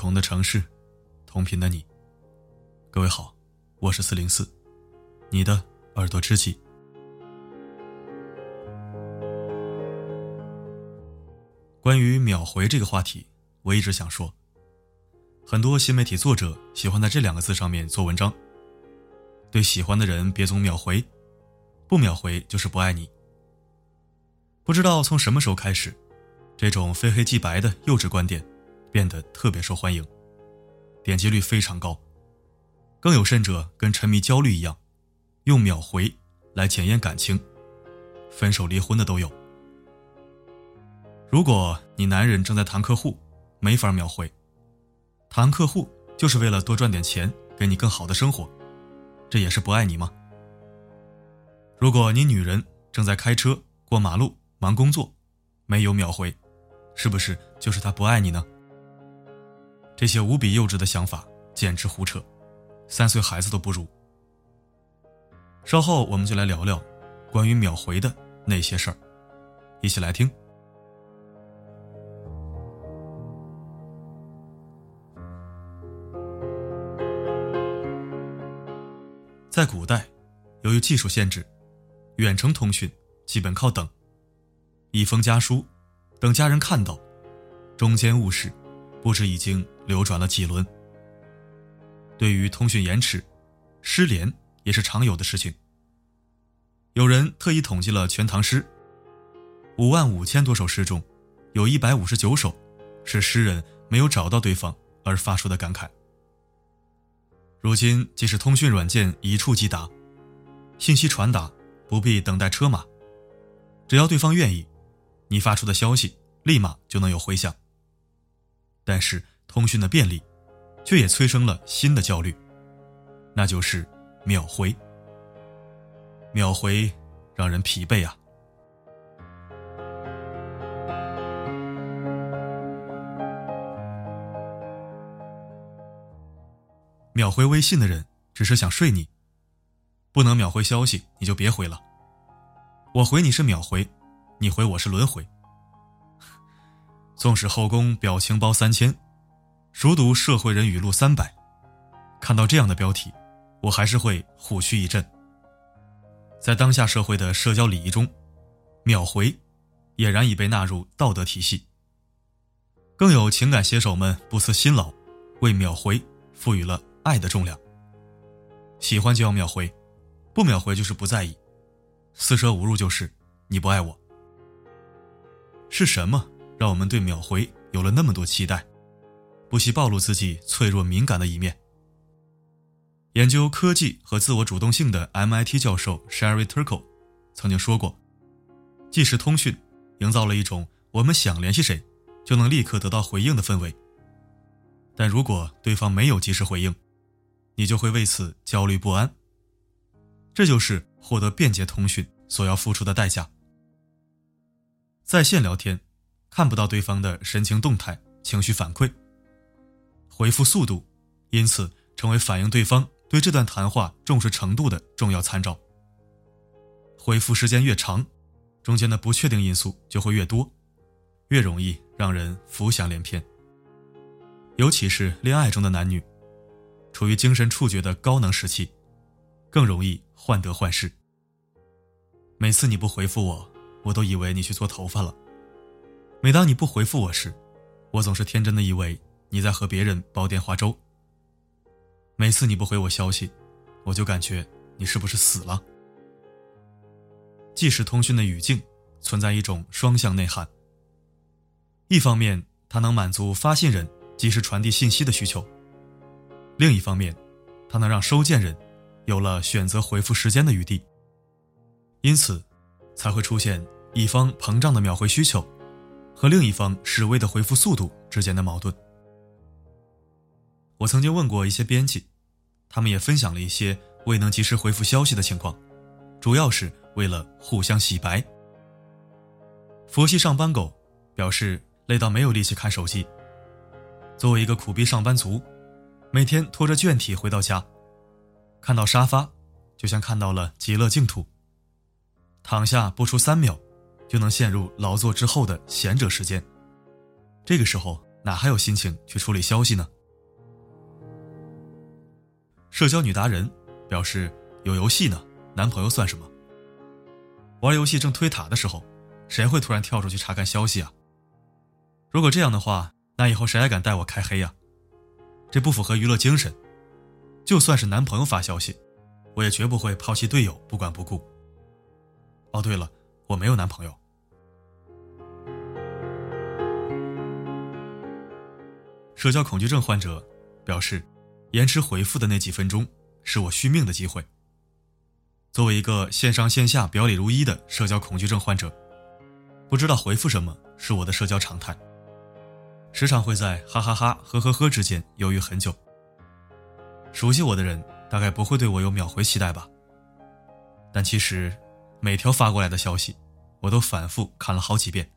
同的城市，同频的你。各位好，我是404，你的耳朵知己。关于秒回这个话题，我一直想说，很多新媒体作者喜欢在这2个字上面做文章。对喜欢的人别总秒回，不秒回就是不爱你。不知道从什么时候开始，这种非黑即白的幼稚观点变得特别受欢迎，点击率非常高。更有甚者跟沉迷焦虑一样，用秒回来检验感情，分手离婚的都有。如果你男人正在谈客户，没法秒回，谈客户就是为了多赚点钱，给你更好的生活，这也是不爱你吗？如果你女人正在开车过马路忙工作，没有秒回，是不是就是她不爱你呢？这些无比幼稚的想法简直胡扯，3岁孩子都不如。稍后我们就来聊聊关于秒回的那些事儿，一起来听。在古代，由于技术限制，远程通讯基本靠等，一封家书，等家人看到，中间误事不知已经流转了几轮。对于通讯延迟，失联也是常有的事情。有人特意统计了全唐诗，55000多首诗中，有159首是诗人没有找到对方而发出的感慨。如今即使通讯软件一触即达，信息传达不必等待车马，只要对方愿意，你发出的消息立马就能有回响。但是通讯的便利却也催生了新的焦虑，那就是秒回。秒回让人疲惫啊。秒回微信的人只是想睡你，不能秒回消息你就别回了。我回你是秒回，你回我是轮回。纵使后宫表情包3000，熟读社会人语录300，看到这样的标题，我还是会虎躯一震。在当下社会的社交礼仪中，秒回俨然已被纳入道德体系。更有情感写手们不辞辛劳，为秒回赋予了爱的重量。喜欢就要秒回，不秒回就是不在意，四舍五入就是你不爱我。是什么让我们对秒回有了那么多期待，不惜暴露自己脆弱敏感的一面？研究科技和自我主动性的 MIT 教授 Sherry Turkle 曾经说过，即时通讯营造了一种我们想联系谁就能立刻得到回应的氛围，但如果对方没有及时回应，你就会为此焦虑不安。这就是获得便捷通讯所要付出的代价。在线聊天看不到对方的神情动态、情绪反馈，回复速度因此成为反映对方对这段谈话重视程度的重要参照。回复时间越长，中间的不确定因素就会越多，越容易让人浮想联翩。尤其是恋爱中的男女，处于精神触觉的高能时期，更容易患得患失。每次你不回复我，我都以为你去做头发了。每当你不回复我时，我总是天真的以为你在和别人煲电话粥。每次你不回我消息，我就感觉你是不是死了。即时通讯的语境存在一种双向内涵，一方面它能满足发信人及时传递信息的需求，另一方面它能让收件人有了选择回复时间的余地，因此才会出现一方膨胀的秒回需求和另一方示威的回复速度之间的矛盾。我曾经问过一些编辑，他们也分享了一些未能及时回复消息的情况，主要是为了互相洗白。佛系上班狗表示累到没有力气看手机，作为一个苦逼上班族，每天拖着倦体回到家，看到沙发就像看到了极乐净土，躺下不出3秒就能陷入劳作之后的闲者时间，这个时候哪还有心情去处理消息呢？ 社交女达人表示有游戏呢，男朋友算什么？玩游戏正推塔的时候，谁会突然跳出去查看消息啊？如果这样的话，那以后谁还敢带我开黑啊？这不符合娱乐精神。就算是男朋友发消息，我也绝不会抛弃队友不管不顾。哦对了，我没有男朋友。社交恐惧症患者表示，延迟回复的那几分钟是我续命的机会。作为一个线上线下表里如一的社交恐惧症患者，不知道回复什么是我的社交常态，时常会在哈哈哈呵呵呵之间犹豫很久。熟悉我的人大概不会对我有秒回期待吧，但其实每条发过来的消息我都反复看了好几遍。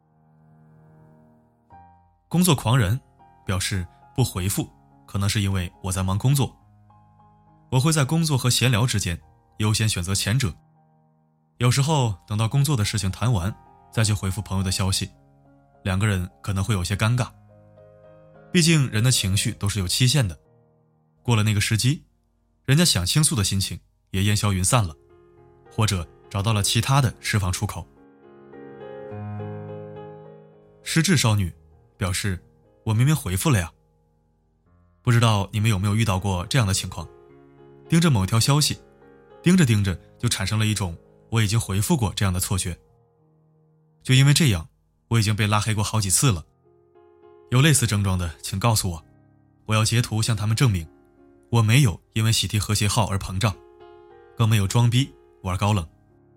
工作狂人表示不回复可能是因为我在忙工作，我会在工作和闲聊之间优先选择前者，有时候等到工作的事情谈完再去回复朋友的消息，两个人可能会有些尴尬。毕竟人的情绪都是有期限的，过了那个时机，人家想倾诉的心情也烟消云散了，或者找到了其他的释放出口。失智少女表示，我明明回复了呀。不知道你们有没有遇到过这样的情况，盯着某条消息，盯着盯着就产生了一种我已经回复过这样的错觉。就因为这样，我已经被拉黑过好几次了。有类似症状的请告诉我，我要截图向他们证明我没有因为喜提和谐号而膨胀，更没有装逼玩高冷。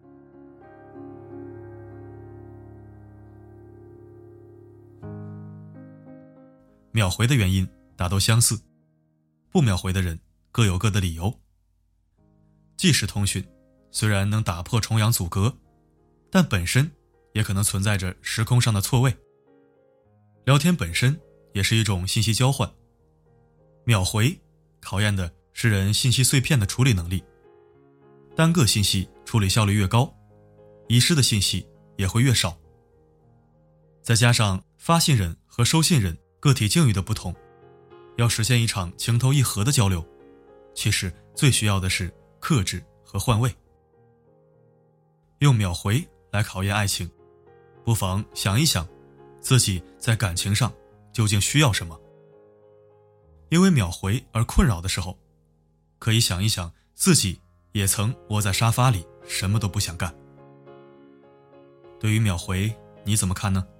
秒回的原因大都相似，不秒回的人各有各的理由。即时通讯虽然能打破重阳阻隔，但本身也可能存在着时空上的错位。聊天本身也是一种信息交换，秒回考验的是人信息碎片的处理能力，单个信息处理效率越高，遗失的信息也会越少。再加上发信人和收信人个体境遇的不同，要实现一场情投意合的交流，其实最需要的是克制和换位。用秒回来考验爱情，不妨想一想自己在感情上究竟需要什么。因为秒回而困扰的时候，可以想一想自己也曾窝在沙发里什么都不想干。对于秒回你怎么看呢？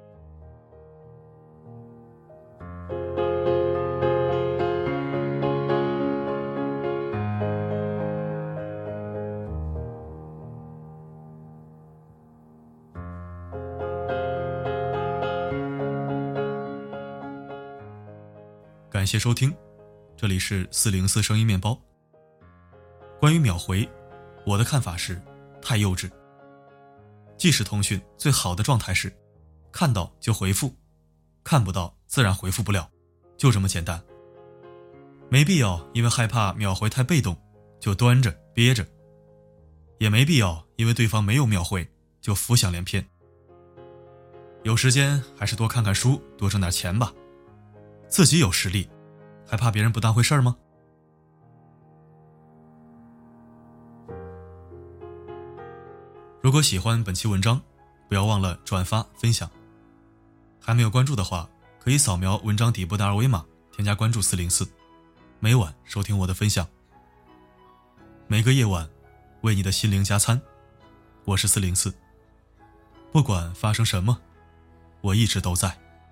感谢收听，这里是404声音面包。关于秒回，我的看法是太幼稚。即时通讯最好的状态是看到就回复，看不到自然回复不了，就这么简单。没必要因为害怕秒回太被动就端着憋着，也没必要因为对方没有秒回就浮想联翩。有时间还是多看看书，多挣点钱吧。自己有实力，还怕别人不当回事儿吗？如果喜欢本期文章，不要忘了转发分享。还没有关注的话，可以扫描文章底部的二维码，添加关注404，每晚收听我的分享。每个夜晚，为你的心灵加餐。我是404，不管发生什么，我一直都在。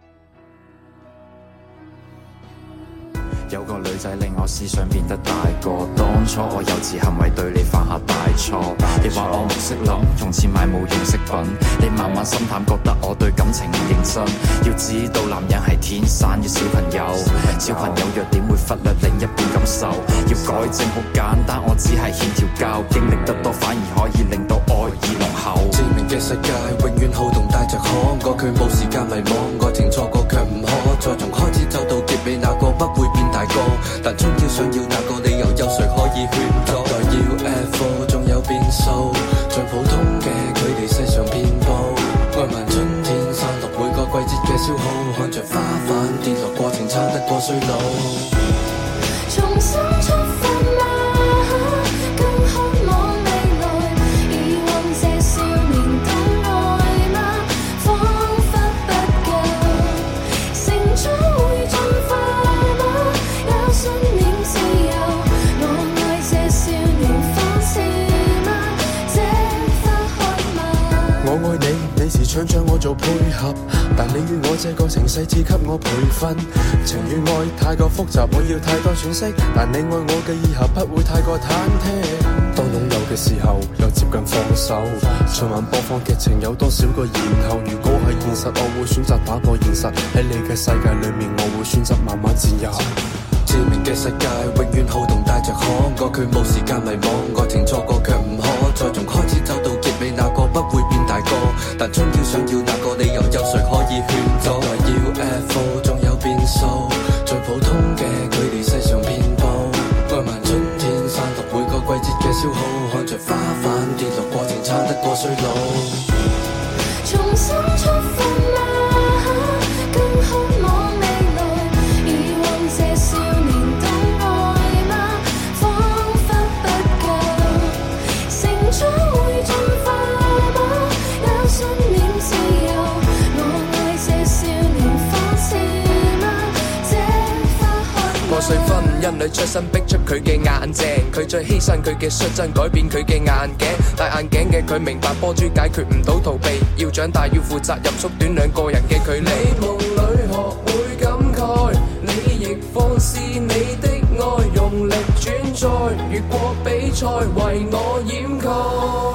有個女仔令我思想變得大個，當初我幼稚行為對你犯下大錯，你話我唔識諗，用錢買冇用飾品，你慢慢心淡，覺得我對感情唔認真。要知道男人係天生嘅小朋友，小朋友弱點會忽略另一半感受，要改正好簡單，我只係欠條教，經歷得多反而可以令到愛意濃厚。 致命嘅世界永遠好動帶着可愛，佢冇時間迷惘，愛情錯過卻唔可，再從開始走到結尾，那個不會變大個，但終要想要那個理由，有誰可以勸阻？待要 UFO 仲有變數，像普通嘅距離世上遍佈，愛漫春天散落每個季節嘅消耗，看着花瓣跌落過程差得過衰老，重新出發。 想將我做配合，但你與我這個情勢只給我培訓。情與愛太過複雜，我要太多喘息，但你愛我嘅以後不會太過忐忑。當擁有嘅時候又接近放手，循環播放劇情有多少個然後？如果係現實，我會選擇打破現實，喺你嘅世界裏面，我會選擇慢慢佔有。致命嘅世界永遠好動帶着可愛，佢冇時間迷惘，愛情錯過卻唔可再從開始走到結尾，那個不會變大個，但終要想要那個理由，有誰可以勸阻？UFO 仲有變數，最普通嘅距離世上遍佈，愛漫春天散落每個季節嘅消耗，看着花瓣跌落過程撐得過衰老。 重新出發嗎？更渴望未來，以往這少年懂愛嗎？彷彿不夠，成長會進化嗎？有信念自由，我愛這少年放肆嗎？這花開破碎婚姻裏出身逼出佢嘅眼鏡，佢再犧牲佢嘅率真改變佢嘅眼鏡，戴眼鏡嘅佢明白波珠解決唔到逃避，要長大要負責任，縮短兩個人嘅距離。你夢裏學會感慨，你亦放肆你的愛，用力轉載，越過比賽為我掩蓋。